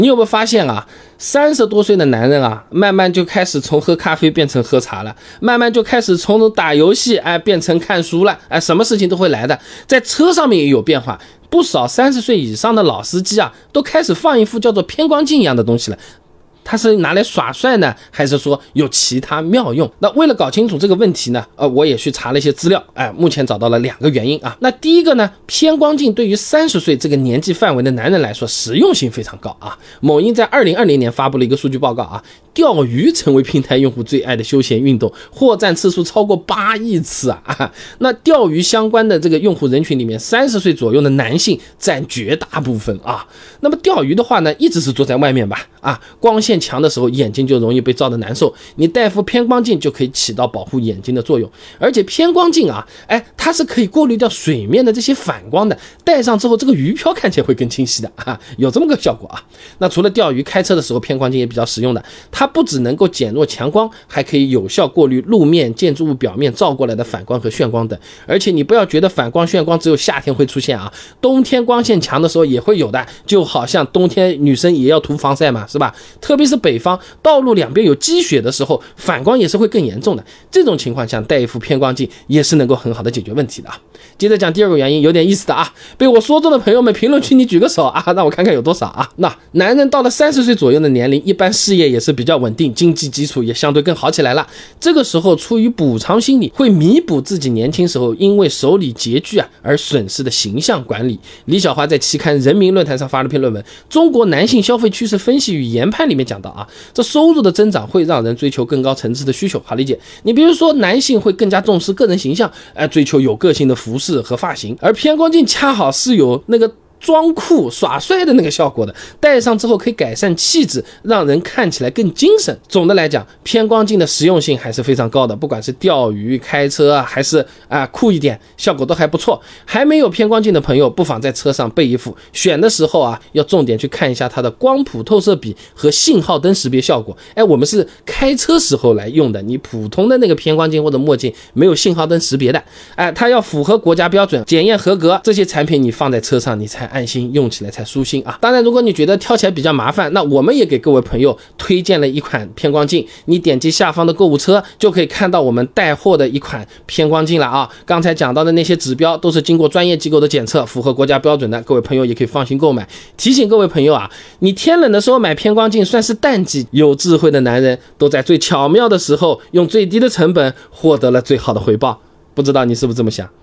你有没有发现啊，30多岁的男人啊，慢慢就开始从喝咖啡变成喝茶了，慢慢就开始从打游戏变成看书了，什么事情都会来的。在车上面也有变化，不少30岁以上的老司机啊，都开始放一副叫做偏光镜一样的东西了。它是拿来耍帅呢，还是说有其他妙用？那为了搞清楚这个问题呢，我也去查了一些资料，目前找到了2个原因啊。那第一个呢，偏光镜对于30岁这个年纪范围的男人来说，实用性非常高啊。某音在2020年发布了一个数据报告啊，钓鱼成为平台用户最爱的休闲运动，获赞次数超过8亿次啊。那钓鱼相关的这个用户人群里面，30岁左右的男性占绝大部分啊。那么钓鱼的话呢，一直是坐在外面吧，光线强的时候眼睛就容易被照得难受，你戴副偏光镜就可以起到保护眼睛的作用。而且偏光镜啊，它是可以过滤掉水面的这些反光的，戴上之后这个鱼漂看起来会更清晰的有这么个效果啊。那除了钓鱼，开车的时候偏光镜也比较实用的，它不只能够减弱强光，还可以有效过滤路面、建筑物表面照过来的反光和眩光等。而且你不要觉得反光眩光只有夏天会出现啊，冬天光线强的时候也会有的，就好像冬天女生也要涂防晒嘛，是吧？特别是北方道路两边有积雪的时候，反光也是会更严重的。这种情况下戴一副偏光镜也是能够很好的解决问题的啊。接着讲第2个原因，有点意思的啊，被我说中的朋友们评论区你举个手啊，让我看看有多少啊。那男人到了30岁左右的年龄，一般事业也是比较稳定，经济基础也相对更好起来了。这个时候出于补偿心理，会弥补自己年轻时候因为手里拮据而损失的形象管理。李小华在期刊人民论坛上发了篇论文《中国男性消费趋势分析与研判》里面讲到啊，这收入的增长会让人追求更高层次的需求。好理解，你比如说男性会更加重视个人形象，追求有个性的服饰和发型，而偏光镜恰好是有那个装酷耍帅的那个效果的，戴上之后可以改善气质，让人看起来更精神。总的来讲，偏光镜的实用性还是非常高的，不管是钓鱼、开车还是酷一点，效果都还不错。还没有偏光镜的朋友，不妨在车上备一副，选的时候要重点去看一下它的光谱透射比和信号灯识别效果。我们是开车时候来用的，你普通的那个偏光镜或者墨镜没有信号灯识别的，它要符合国家标准，检验合格，这些产品你放在车上你才安心，用起来才舒心啊。当然如果你觉得挑起来比较麻烦，那我们也给各位朋友推荐了一款偏光镜，你点击下方的购物车就可以看到我们带货的一款偏光镜了啊。刚才讲到的那些指标都是经过专业机构的检测，符合国家标准的，各位朋友也可以放心购买。提醒各位朋友你天冷的时候买偏光镜算是淡季，有智慧的男人都在最巧妙的时候用最低的成本获得了最好的回报。不知道你是不是这么想？